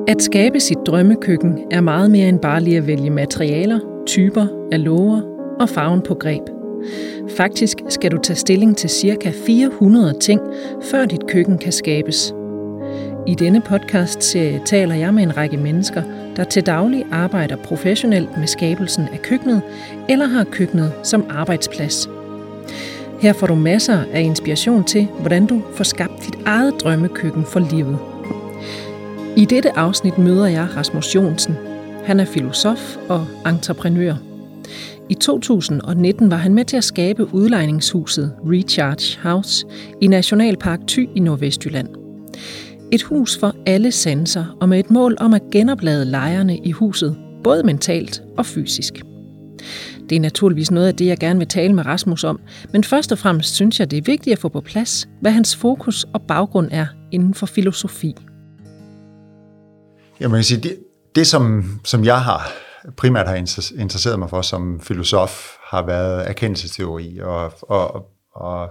At skabe sit drømmekøkken er meget mere end bare lige at vælge materialer, typer af låger og farven på greb. Faktisk skal du tage stilling til ca. 400 ting, før dit køkken kan skabes. I denne podcast-serie taler jeg med en række mennesker, der til daglig arbejder professionelt med skabelsen af køkkenet eller har køkkenet som arbejdsplads. Her får du masser af inspiration til, hvordan du får skabt dit eget drømmekøkken for livet. I dette afsnit møder jeg Rasmus Johnsen. Han er filosof og entreprenør. I 2019 var han med til at skabe udlejningshuset Recharge House i Nationalpark Thy i Nordvestjylland. Et hus for alle sanser og med et mål om at genoplade lejerne i huset, både mentalt og fysisk. Det er naturligvis noget af det, jeg gerne vil tale med Rasmus om, men først og fremmest synes jeg, det er vigtigt at få på plads, hvad hans fokus og baggrund er inden for filosofi. Jeg må sige, det som jeg primært har interesseret mig for som filosof, har været erkendelsesteori, og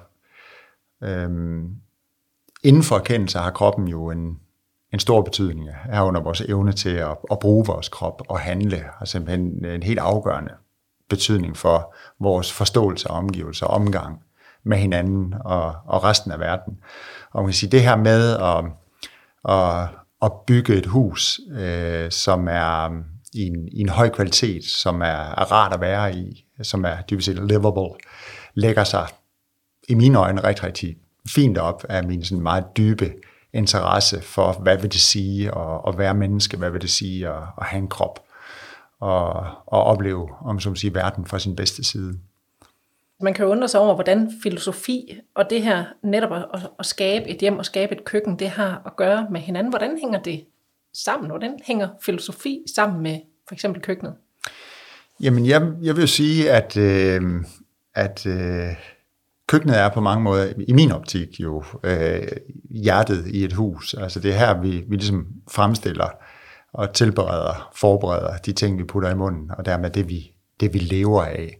inden for erkendelse har kroppen jo en stor betydning herunder vores evne til at bruge vores krop og handle, har simpelthen en helt afgørende betydning for vores forståelse af omgivelser og omgang med hinanden og resten af verden. Og man kan sige, det her med at bygge et hus, som er i en høj kvalitet, som er rart at være i, som er dybest set livable, lægger sig i mine øjne rigtig, rigtig fint op af min sådan meget dybe interesse for, hvad vil det sige at være menneske, hvad vil det sige at have en krop, og opleve, om så må sige, verden fra sin bedste side. Man kan jo undre sig over, hvordan filosofi og det her netop at skabe et hjem og skabe et køkken, det har at gøre med hinanden. Hvordan hænger det sammen? Hvordan hænger filosofi sammen med for eksempel køkkenet? Jamen, jeg vil sige, at køkkenet er på mange måder, i min optik jo, hjertet i et hus. Altså det er her, vi ligesom fremstiller og forbereder de ting, vi putter i munden, og dermed det vi lever af.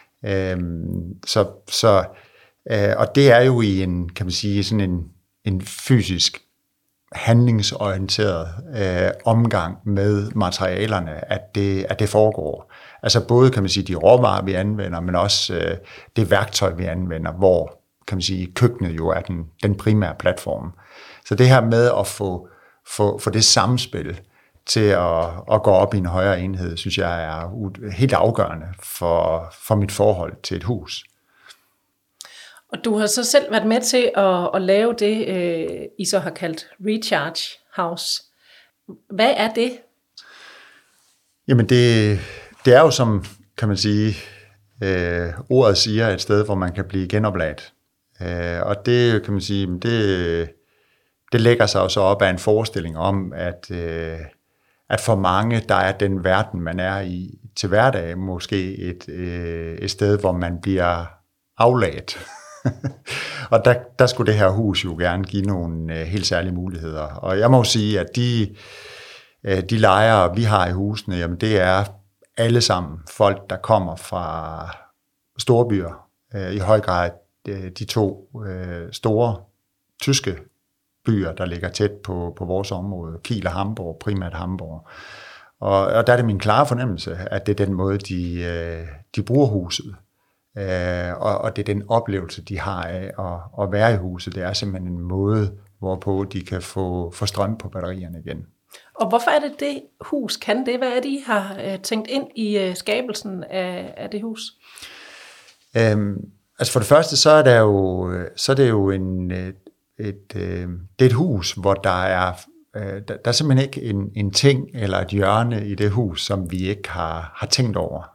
Og det er jo i en, kan man sige, sådan en fysisk handlingsorienteret omgang med materialerne, at det foregår. Altså både, kan man sige, de råvarer, vi anvender, men også det værktøj, vi anvender, hvor, kan man sige, køkkenet jo er den primære platform. Så det her med at få det samspil til at gå op i en højere enhed, synes jeg er helt afgørende for mit forhold til et hus. Og du har så selv været med til at lave det, I så har kaldt Recharge House. Hvad er det? Jamen det er jo, som kan man sige, ordet siger, et sted, hvor man kan blive genopladt. Og det kan man sige, det lægger sig jo så op af en forestilling om, at for mange, der er den verden, man er i til hverdag, måske et sted, hvor man bliver afladt. Og der skulle det her hus jo gerne give nogle helt særlige muligheder. Og jeg må sige, at de lejere, vi har i husene, jamen det er alle sammen folk, der kommer fra storbyer. I høj grad de to store tyske byer, der ligger tæt på vores område, Kiel og Hamburg, primært Hamburg. Og der er det min klare fornemmelse, at det er den måde, de bruger huset. Og det er den oplevelse, de har af at være i huset. Det er simpelthen en måde, hvorpå de kan få strøm på batterierne igen. Og hvorfor er det hus kan det? Hvad er det, I har tænkt ind i skabelsen af det hus? Altså for det første, så er det jo det er et hus, hvor der er simpelthen ikke en ting eller et hjørne i det hus, som vi ikke har tænkt over.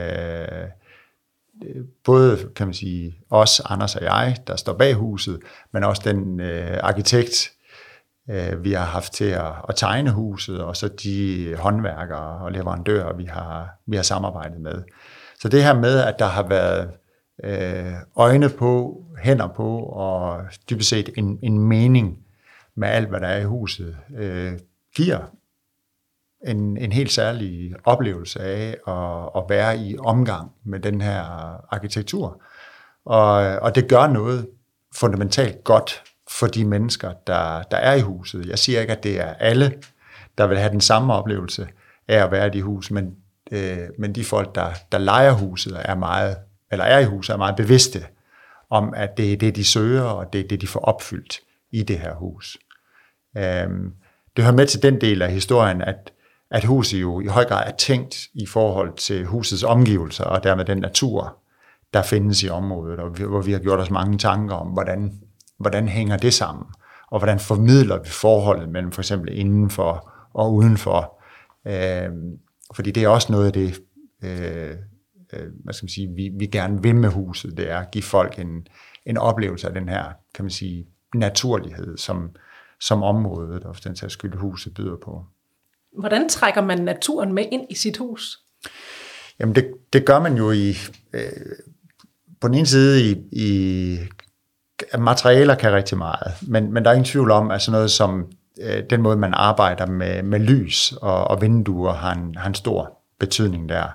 Både, kan man sige, os, Anders og jeg, der står bag huset, men også den arkitekt, vi har haft til at tegne huset, og så de håndværkere og leverandører, vi har samarbejdet med. Så det her med, at der har været øjne på, hænder på, og dybest set en mening med alt, hvad der er i huset, giver en helt særlig oplevelse af at være i omgang med den her arkitektur. Og det gør noget fundamentalt godt for de mennesker, der er i huset. Jeg siger ikke, at det er alle, der vil have den samme oplevelse af at være i de hus, men de folk, der lejer huset, er i huset, er meget bevidste om, at det er det, de søger, og det er det, de får opfyldt i det her hus. Det hører med til den del af historien, at huset jo i høj grad er tænkt i forhold til husets omgivelser, og dermed den natur, der findes i området, og hvor vi har gjort os mange tanker om, hvordan hænger det sammen, og hvordan formidler vi forholdet mellem for eksempel indenfor og udenfor. Fordi det er også noget af det, hvad skal man sige, vi gerne vil med huset, det er at give folk en oplevelse af den her, kan man sige, naturlighed, som området, og for den sags skyld huset byder på. Hvordan trækker man naturen med ind i sit hus? Jamen det gør man jo på den ene side i materialer kan rigtig meget, men der er ingen tvivl om, at sådan noget som den måde, man arbejder med lys og vinduer har en stor betydning der.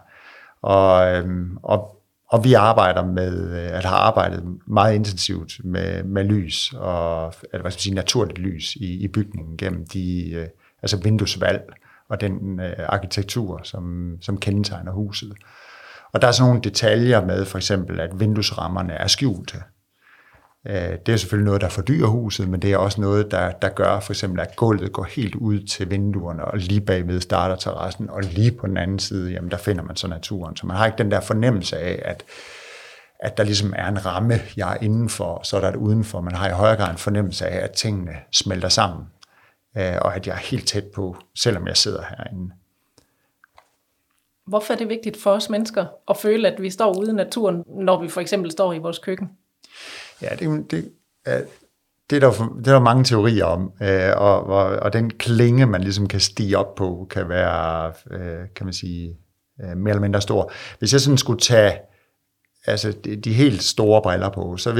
Og vi har arbejdet meget intensivt med lys, og hvad skal man sige, naturligt lys i bygningen gennem altså vinduesvalg og den arkitektur, som kendetegner huset. Og der er sådan nogle detaljer med, for eksempel, at vinduesrammerne er skjulte. Det er selvfølgelig noget, der fordyrer huset, men det er også noget, der gør for eksempel, at gulvet går helt ud til vinduerne, og lige bagved starter terrassen, og lige på den anden side, jamen der finder man så naturen. Så man har ikke den der fornemmelse af, at der ligesom er en ramme, jeg er indenfor, og så er der et udenfor. Man har i højere grad en fornemmelse af, at tingene smelter sammen, og at jeg er helt tæt på, selvom jeg sidder herinde. Hvorfor er det vigtigt for os mennesker at føle, at vi står ude i naturen, når vi for eksempel står i vores køkken? Ja, det er der mange teorier om, og den klinge, man ligesom kan stige op på, kan være, kan man sige, mere eller mindre stor. Hvis jeg sådan skulle tage de helt store briller på, så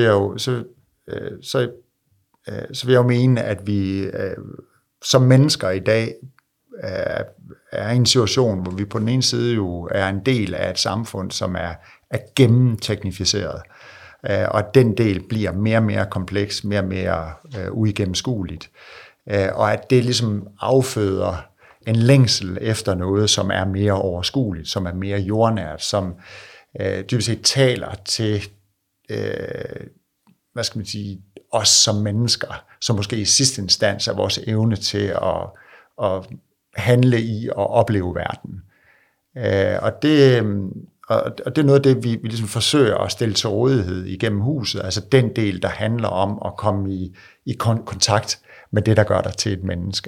vil jeg jo mene, at vi som mennesker i dag er i en situation, hvor vi på den ene side jo er en del af et samfund, som er gennemteknificeret. Og at den del bliver mere og mere kompleks, mere og mere uigennemskueligt. Og at det ligesom afføder en længsel efter noget, som er mere overskueligt, som er mere jordnært, som dybest set taler til, hvad skal man sige, os som mennesker, som måske i sidste instans er vores evne til at handle i og opleve verden. Og det er noget af det, vi ligesom forsøger at stille til rådighed igennem huset, altså den del, der handler om at komme i kontakt med det, der gør dig til et menneske.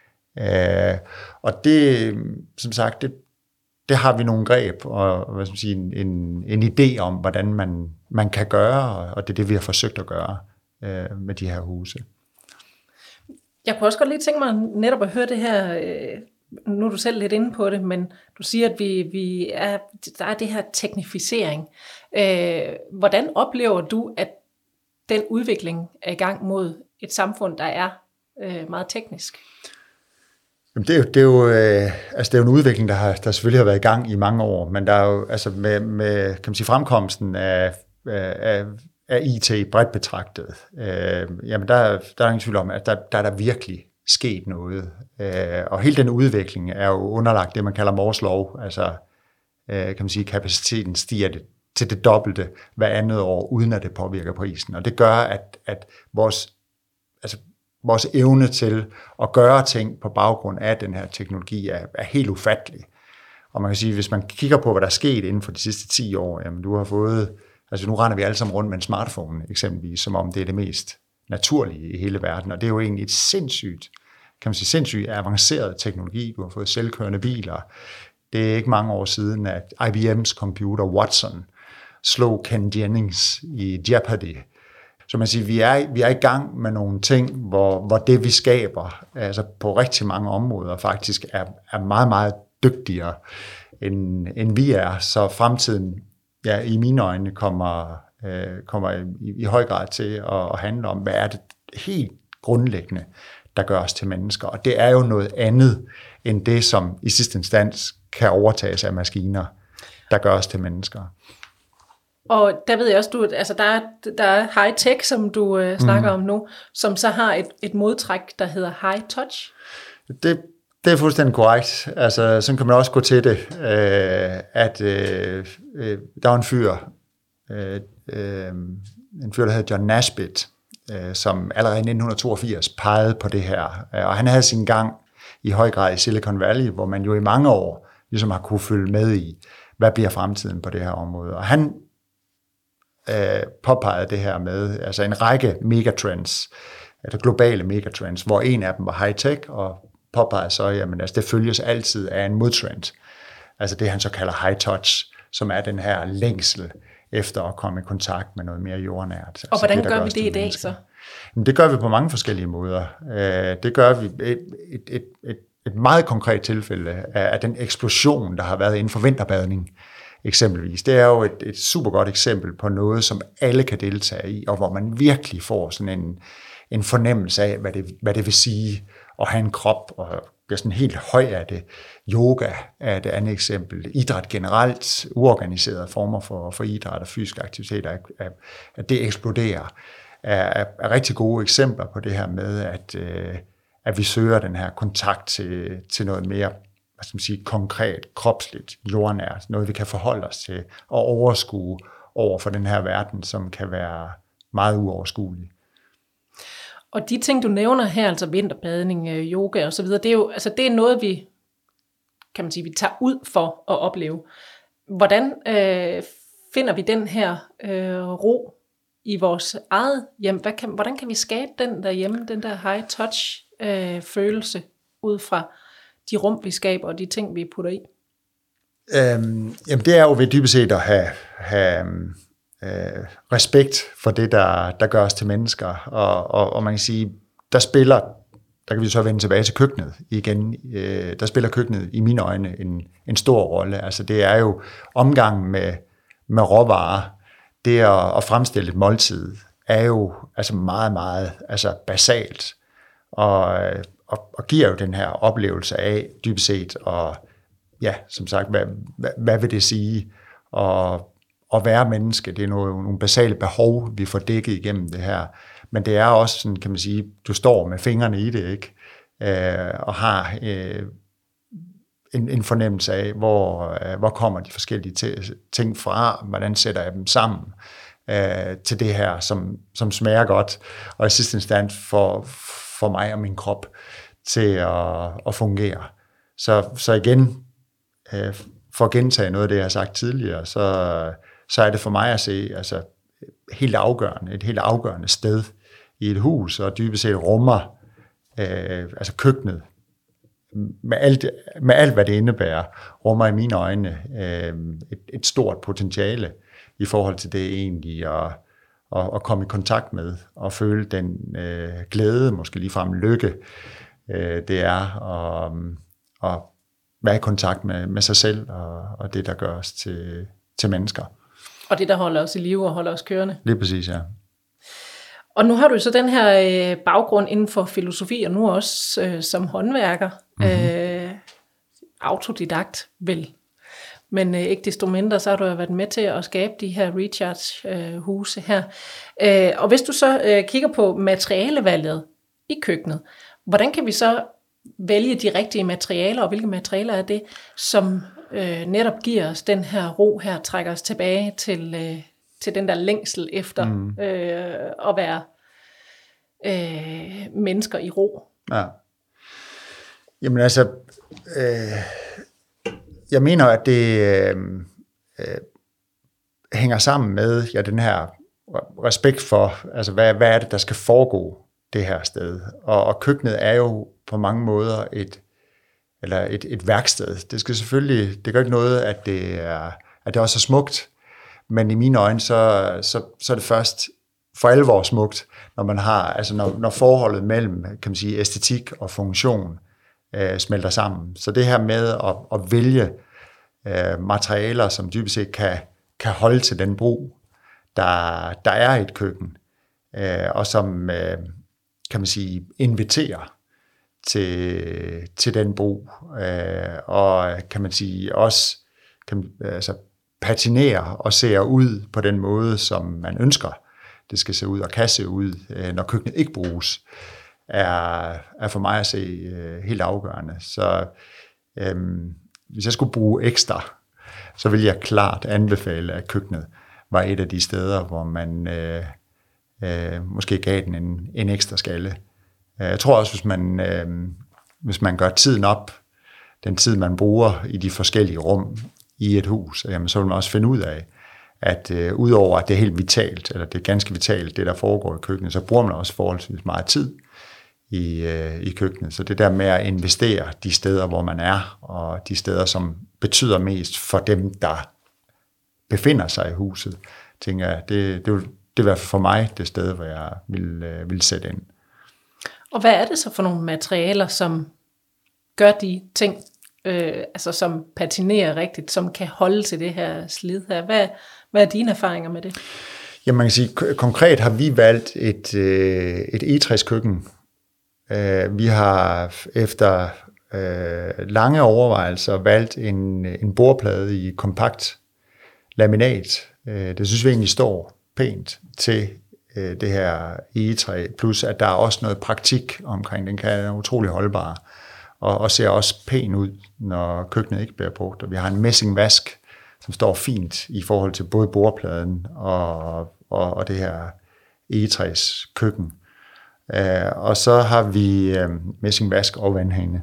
Og det, som sagt, det har vi nogle greb og hvad skal man sige, en idé om, hvordan man kan gøre, og det er det, vi har forsøgt at gøre med de her huse. Jeg kunne også godt lige tænke mig netop at høre det her. Nu er du selv lidt inde på det, men du siger, at der er det her teknificering. Hvordan oplever du, at den udvikling er i gang mod et samfund, der er meget teknisk? Jamen det er jo en udvikling, der selvfølgelig har været i gang i mange år, men der er jo altså med kan man sige, fremkomsten af IT bredt betragtet, jamen der er ingen tvivl om, at der er virkelig sket noget. Og hele den udvikling er jo underlagt det, man kalder Moores lov, altså kan man sige, kapaciteten stiger til det dobbelte hver andet år, uden at det påvirker prisen. Og det gør, at vores evne til at gøre ting på baggrund af den her teknologi er helt ufattelig. Og man kan sige, hvis man kigger på, hvad der er sket inden for de sidste 10 år, jamen nu render vi alle sammen rundt med en smartphone eksempelvis, som om det er det mest naturlige i hele verden. Og det er jo egentlig et sindssygt avanceret teknologi. Du har fået selvkørende biler. Det er ikke mange år siden, at IBM's computer Watson slog Ken Jennings i Jeopardy. Så man siger, vi er i gang med nogle ting, hvor det vi skaber, altså på rigtig mange områder, faktisk er meget, meget dygtigere, end vi er. Så fremtiden, ja, i mine øjne, kommer i høj grad til at handle om, hvad er det helt grundlæggende, der gør os til mennesker. Og det er jo noget andet, end det, som i sidste instans kan overtages af maskiner, der gør os til mennesker. Og der ved jeg også, der er high-tech, som du snakker om nu, som så har et modtræk, der hedder high-touch. Det Det er fuldstændig korrekt. Altså, sådan kan man også gå til det, at der var en fyr, der hed John Naisbitt, som allerede i 1982 pegede på det her. Og han havde sin gang i høj grad i Silicon Valley, hvor man jo i mange år ligesom har kunne følge med i, hvad bliver fremtiden på det her område. Og han påpegede det her med altså en række megatrends, altså globale megatrends, hvor en af dem var high-tech, og påpegede så, jamen altså det følges altid af en modtrend. Altså det han så kalder high-touch, som er den her længsel efter at komme i kontakt med noget mere jordnært. Og hvordan gør vi det i dag så? Det gør vi på mange forskellige måder. Det gør vi et meget konkret tilfælde af den eksplosion, der har været inden for vinterbadning eksempelvis. Det er jo et super godt eksempel på noget, som alle kan deltage i, og hvor man virkelig får sådan en fornemmelse af, hvad det vil sige at have en krop, og bliver sådan helt høj af det. Yoga er et andet eksempel. Idræt generelt, uorganiserede former for idræt og fysiske aktiviteter, at det eksploderer, er rigtig gode eksempler på det her med, at vi søger den her kontakt til noget mere, hvad skal man sige, konkret, kropsligt, jordnært, noget vi kan forholde os til og overskue over for den her verden, som kan være meget uoverskuelig. Og de ting, du nævner her, altså vinterbadning, yoga og så videre, det er jo altså det er noget, vi kan man sige, vi tager ud for at opleve. Hvordan finder vi den her ro i vores eget hjem? Hvordan kan vi skabe den derhjemme, den der high touch følelse ud fra de rum, vi skaber og de ting, vi putter i? Jamen det er jo ved dybest set at have respekt for det, der gør os til mennesker. Og man kan sige, der kan vi så vende tilbage til køkkenet igen. Der spiller køkkenet i mine øjne en stor rolle. Altså det er jo omgangen med råvarer. Det at fremstille et måltid er jo altså meget, meget altså basalt. Og giver jo den her oplevelse af dybest set, og ja, som sagt, hvad vil det sige at være menneske? Det er nogle basale behov, vi får dækket igennem det her. Men det er også sådan, kan man sige, du står med fingrene i det, ikke? Og har en fornemmelse af, hvor kommer de forskellige ting fra, hvordan sætter jeg dem sammen til det her, som smager godt, og i sidste instans for mig og min krop til at fungere. Så igen, for at gentage noget af det, jeg har sagt tidligere, så er det for mig at se altså, et helt afgørende sted i et hus, og dybest set rummer altså køkkenet, med alt, hvad det indebærer, rummer i mine øjne et stort potentiale i forhold til det egentlig at komme i kontakt med, og føle den glæde, måske ligefrem lykke, det er at være i kontakt med sig selv, og det, der gør os til mennesker. Og det, der holder os i live og holder os kørende. Lige præcis, ja. Og nu har du så den her baggrund inden for filosofi, og nu også som håndværker, autodidakt vel. Men ikke desto mindre, så har du været med til at skabe de her recharge-huse her. Og hvis du så kigger på materialevalget i køkkenet, hvordan kan vi så vælge de rigtige materialer, og hvilke materialer er det, som netop giver os den her ro her, trækker os tilbage til den der længsel efter at være mennesker i ro? Ja. Jamen altså, jeg mener, at det hænger sammen med den her respekt for, altså hvad er det, der skal foregå det her sted. Og køkkenet er jo på mange måder et værksted. Det skal selvfølgelig, det gør ikke noget, at det også er smukt, men i mine øjne, så er det først for alvor smukt, når man har, altså når forholdet mellem, kan man sige, æstetik og funktion smelter sammen. Så det her med at vælge materialer, som dybest set kan holde til den brug, der er i et køkken, og som, kan man sige, inviterer til den brug, og kan man sige også patinerer og ser ud på den måde, som man ønsker, det skal se ud og kan se ud, når køkkenet ikke bruges. er for mig at se helt afgørende. Så hvis jeg skulle bruge ekstra, så vil jeg klart anbefale, at køkkenet var et af de steder, hvor man måske gav den en ekstra skalle. Jeg tror også, hvis man gør tiden op, den tid, man bruger i de forskellige rum i et hus, jamen, så vil man også finde ud af, at udover at det er helt vitalt, eller det er ganske vitalt, det der foregår i køkkenet, så bruger man også forholdsvis meget tid i køkkenet. Så det der med at investere de steder, hvor man er, og de steder, som betyder mest for dem, der befinder sig i huset, tænker jeg, det vil være for mig det sted, hvor jeg vil sætte ind. Og hvad er det så for nogle materialer, som gør de ting, altså som patinerer rigtigt, som kan holde til det her slid her? Hvad er dine erfaringer med det? Jamen man kan sige, konkret har vi valgt et egetræskøkken. Vi har efter lange overvejelser valgt en bordplade i kompakt laminat. Det synes vi egentlig står pænt til det her egetræ, plus at der er også noget praktik omkring, den kan være utrolig holdbar, og ser også pæn ud, når køkkenet ikke bliver brugt. Og vi har en messingvask, som står fint i forhold til både bordpladen og det her egetræs køkken. Og så har vi messingvask og vandhane.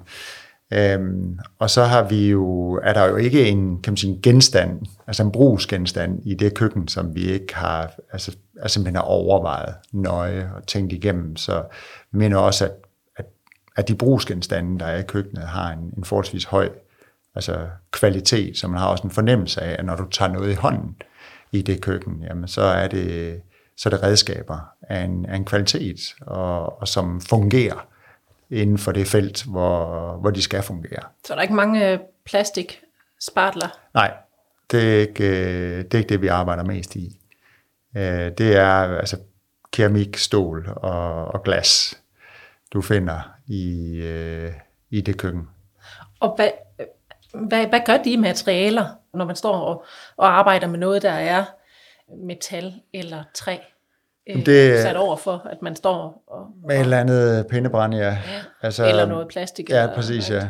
Og så er der jo ikke en genstand, altså en brugsgenstand i det køkken, som vi ikke har, altså simpelthen har overvejet nøje og tænkt igennem. Så vi mener også, at de brugsgenstande, der er i køkkenet, har en forholdsvis høj kvalitet, så man har også en fornemmelse af, at når du tager noget i hånden i det køkken, jamen så er det redskaber af en kvalitet, og som fungerer inden for det felt, hvor de skal fungere. Så er der ikke mange plastikspartler? Nej, det er ikke det, vi arbejder mest i. Det er keramik, stål og glas, du finder i det køkken. Og hvad gør de materialer, når man står og arbejder med noget, der er metal eller træ? Sat over for, at man står og med et eller andet pindebrand, ja. Eller noget plastik. Ja, præcis, ja.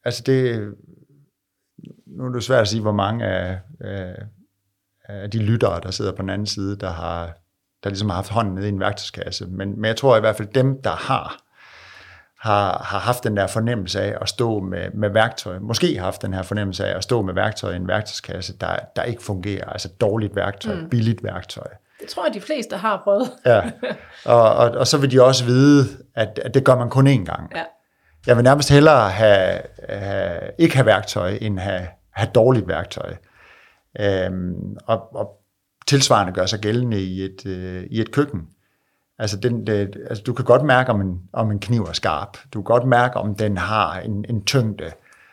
Nu er det svært at sige, hvor mange af de lyttere, der sidder på den anden side, der ligesom har haft hånden nede i en værktøjskasse. Men jeg tror i hvert fald, dem, der har haft den der fornemmelse af at stå med værktøj, måske har haft den her fornemmelse af at stå med værktøj i en værktøjskasse, der ikke fungerer, altså dårligt værktøj, billigt værktøj. Det tror jeg, de fleste har prøvet. Ja, og så vil de også vide, at det gør man kun én gang. Ja. Jeg vil nærmest hellere ikke have værktøj, end have dårligt værktøj. Og tilsvarende gør sig gældende i et køkken. Du kan godt mærke, om en kniv er skarp. Du kan godt mærke, om den har en tyngde,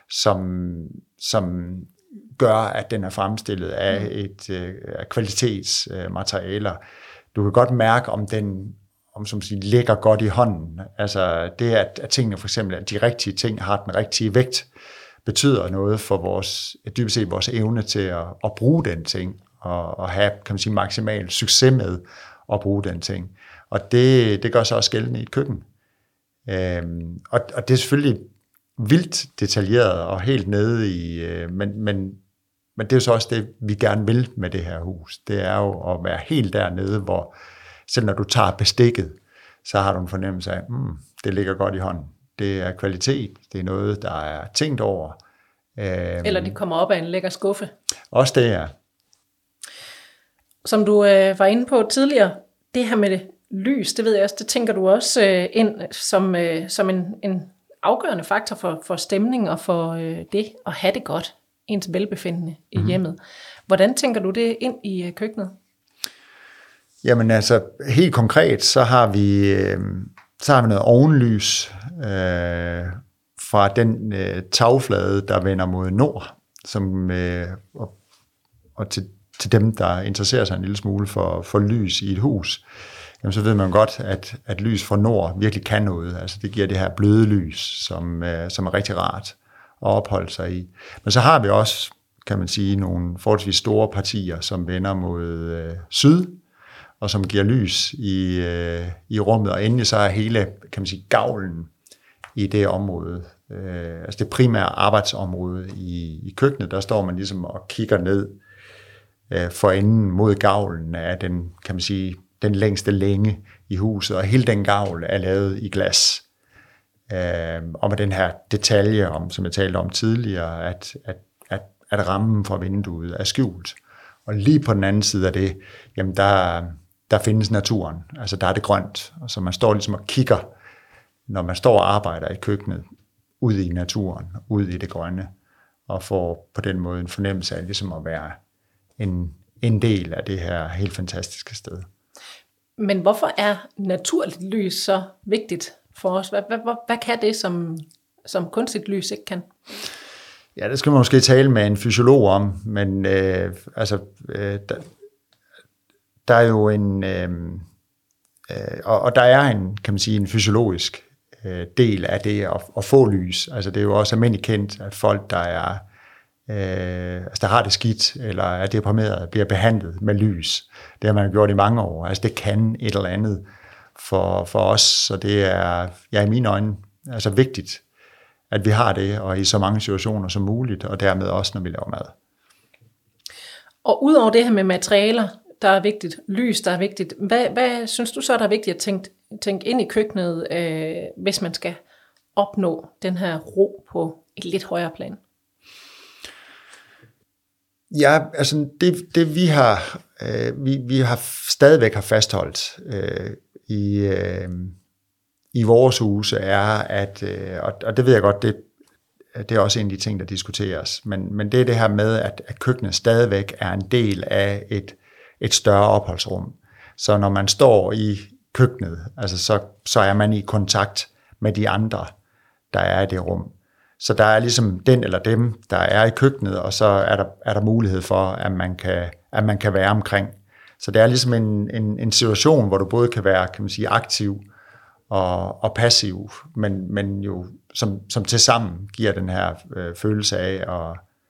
som gør, at den er fremstillet af af kvalitetsmaterialer. Du kan godt mærke, om den ligger godt i hånden. Altså det, at tingene for eksempel, at de rigtige ting har den rigtige vægt, betyder noget for dybest set vores evne til at bruge den ting, og have, maksimal succes med at bruge den ting. Og det gør sig også gældende i et køkken. Og det er selvfølgelig vildt detaljeret og helt nede i, men det er jo så også det, vi gerne vil med det her hus. Det er jo at være helt dernede, hvor selv når du tager bestikket, så har du en fornemmelse af, det ligger godt i hånden. Det er kvalitet, det er noget, der er tænkt over. Eller det kommer op af en lækker skuffe. Også det, ja. Som du var inde på tidligere, det her med det lys, det ved jeg også, det tænker du også ind som en afgørende faktor for stemning og for det at have det godt, ens velbefindende i hjemmet. Hvordan tænker du det ind i køkkenet? Jamen helt konkret, så har vi noget ovenlys fra den tagflade, der vender mod nord, som, og til dem, der interesserer sig en lille smule for lys i et hus, jamen, så ved man godt, at lys fra nord virkelig kan noget. Altså det giver det her bløde lys, som er rigtig rart at opholde sig i. Men så har vi også, kan man sige, nogle forholdsvis store partier, som vender mod syd, og som giver lys i rummet, og endelig så er hele, kan man sige, gavlen i det område, altså det primære arbejdsområde i køkkenet, der står man ligesom og kigger ned for enden mod gavlen af den, kan man sige, den længste længe i huset, og hele den gavl er lavet i glas. Og med den her detalje, som jeg talte om tidligere, at rammen fra vinduet er skjult. Og lige på den anden side af det, jamen der findes naturen, altså der er det grønt, og så man står ligesom og kigger, når man står og arbejder i køkkenet, ud i naturen, ud i det grønne, og får på den måde en fornemmelse af ligesom at være en del af det her helt fantastiske sted. Men hvorfor er naturligt lys så vigtigt for os? Hvad kan det, som kunstigt lys ikke kan? Ja, det skal man måske tale med en fysiolog om, men der er jo og der er en, kan man sige, en fysiologisk del af det at få lys. Altså det er jo også almindeligt kendt, at folk, der har det skidt, eller er deprimeret, bliver behandlet med lys. Det har man gjort i mange år. Altså det kan et eller andet for os, så det er, i mine øjne, altså vigtigt, at vi har det, og i så mange situationer som muligt, og dermed også, når vi laver mad. Og udover det her med materialer, der er vigtigt, lys, der er vigtigt, hvad synes du så, der er vigtigt at tænke ind i køkkenet, hvis man skal opnå den her ro på et lidt højere plan? Ja, altså det vi har stadigvæk har fastholdt i vores huse er, at, og det ved jeg godt, det er også en af de ting, der diskuteres, men det er det her med, at køkkenet stadigvæk er en del af et større opholdsrum. Så når man står i køkkenet, altså så er man i kontakt med de andre, der er i det rum. Så der er ligesom den eller dem, der er i køkkenet, og så er der mulighed for, at man kan være omkring. Så det er ligesom en situation, hvor du både kan være, kan man sige, aktiv og passiv, men jo som tilsammen giver den her følelse af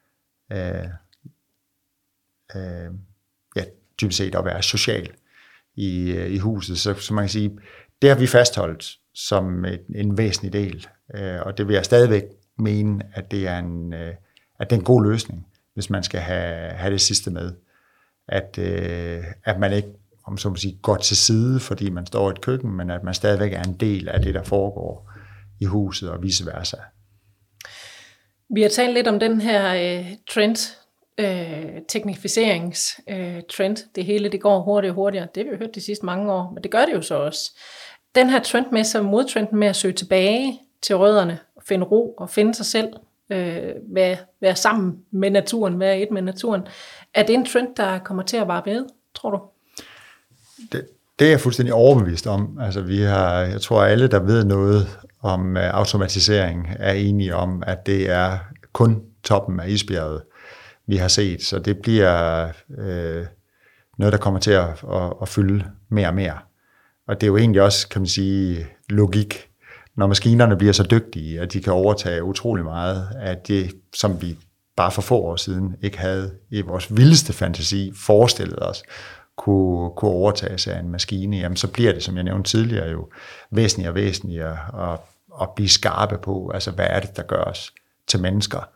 at typisk set at være social i huset. Så man kan sige, det har vi fastholdt som en væsentlig del, og det vil jeg stadigvæk mene, at det er en god løsning, hvis man skal have det sidste med. At man ikke, om så må sige, går til side, fordi man står i et køkken, men at man stadigvæk er en del af det, der foregår i huset og vice versa. Vi har talt lidt om den her trend, teknificeringstrend. Det hele, det går hurtigere og hurtigere. Det har vi jo hørt de sidste mange år, men det gør det jo så også. Den her trend med, som modtrenden med at søge tilbage til rødderne, finde ro og finde sig selv, være sammen med naturen, være et med naturen. Er det en trend, der kommer til at vare ved, tror du? Det er jeg fuldstændig overbevist om. Altså jeg tror alle, der ved noget om automatisering, er enige om, at det er kun toppen af isbjerget, vi har set. Så det bliver noget, der kommer til at fylde mere og mere. Og det er jo egentlig også, kan man sige, logik, når maskinerne bliver så dygtige, at de kan overtage utrolig meget af det, som vi bare for få år siden ikke havde i vores vildeste fantasi forestillet os, kunne overtages af en maskine, jamen så bliver det, som jeg nævnte tidligere, jo væsentligere at blive skarpe på, altså hvad er det, der gør os til mennesker.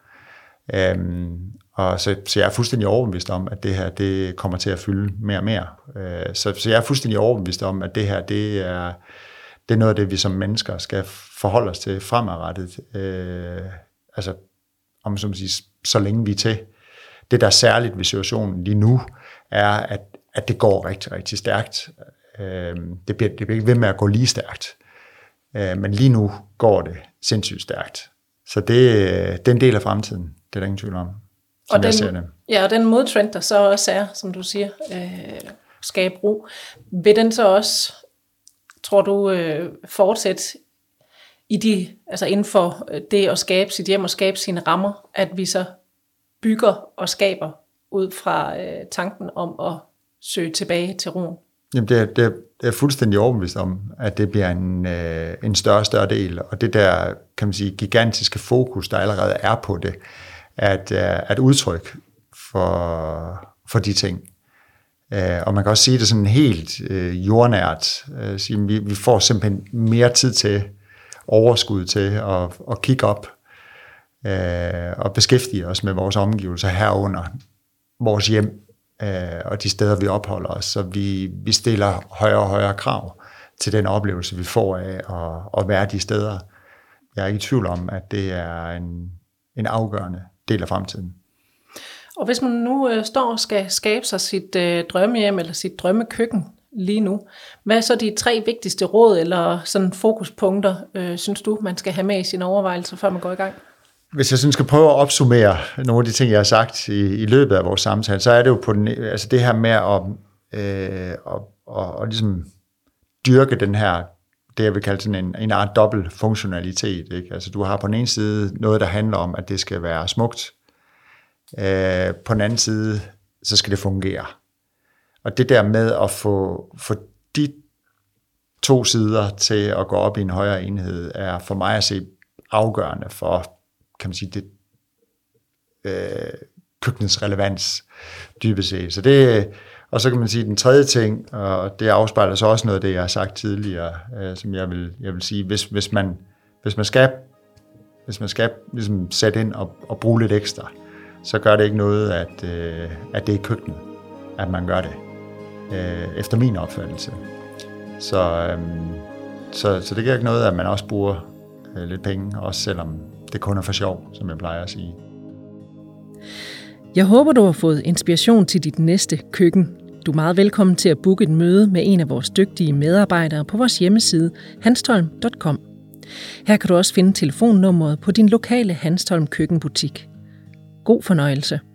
Og så jeg er fuldstændig overbevist om, at det her, det kommer til at fylde mere og mere. Så jeg er fuldstændig overbevist om, at det her, det er noget af det, vi som mennesker skal forholde os til fremadrettet. Altså, om som siger, så længe vi er til. Det, der er særligt ved situationen lige nu, er, at det går rigtig, rigtig stærkt. Det bliver ikke ved med at gå lige stærkt. Men lige nu går det sindssygt stærkt. Så det er en del af fremtiden. Det er der ingen tvivl om, som jeg ser det. Ja, og den modtrend, der så også er, som du siger, skabe ro, vil den så også, tror du, fortsætte inden for det at skabe sit hjem og skabe sine rammer, at vi så bygger og skaber ud fra tanken om at søge tilbage til roen? Jamen det er fuldstændig overbevist om, at det bliver en større og større del, og det der, kan man sige, gigantiske fokus, der allerede er på det, at udtryk for de ting. Og man kan også sige det sådan helt jordnært. Vi får simpelthen mere tid til, overskud til at kigge op og beskæftige os med vores omgivelser herunder vores hjem og de steder, vi opholder os. Så vi stiller højere og højere krav til den oplevelse, vi får af at være de steder. Jeg er ikke i tvivl om, at det er en afgørende del af fremtiden. Og hvis man nu står og skal skabe sig sit drømmehjem eller sit drømmekøkken lige nu, hvad er så de 3 vigtigste råd eller sådan fokuspunkter, synes du, man skal have med i sine overvejelser, før man går i gang? Hvis jeg sådan skal prøve at opsummere nogle af de ting, jeg har sagt i løbet af vores samtale, så er det jo på det her med at ligesom dyrke den her, det jeg vil kalde sådan en art dobbelt funktionalitet. Ikke? Altså du har på den ene side noget, der handler om, at det skal være smukt. På den anden side, så skal det fungere. Og det der med at få de 2 sider til at gå op i en højere enhed, er for mig at se afgørende for, kan man sige, det køkkenets relevans dybest set. Så det, og så kan man sige den tredje ting, og det afspejler så også noget af det, jeg har sagt tidligere, som jeg vil sige, hvis man skal ligesom sætte ind og bruge lidt ekstra, så gør det ikke noget, at det er køkkenet, at man gør det, efter min opfattelse. Så det gør ikke noget, at man også bruger lidt penge, også selvom det kun er for sjov, som jeg plejer at sige. Jeg håber, du har fået inspiration til dit næste køkken. Du er meget velkommen til at booke et møde med en af vores dygtige medarbejdere på vores hjemmeside hanstholm.com. Her kan du også finde telefonnummeret på din lokale Hanstholm køkkenbutik. God fornøjelse.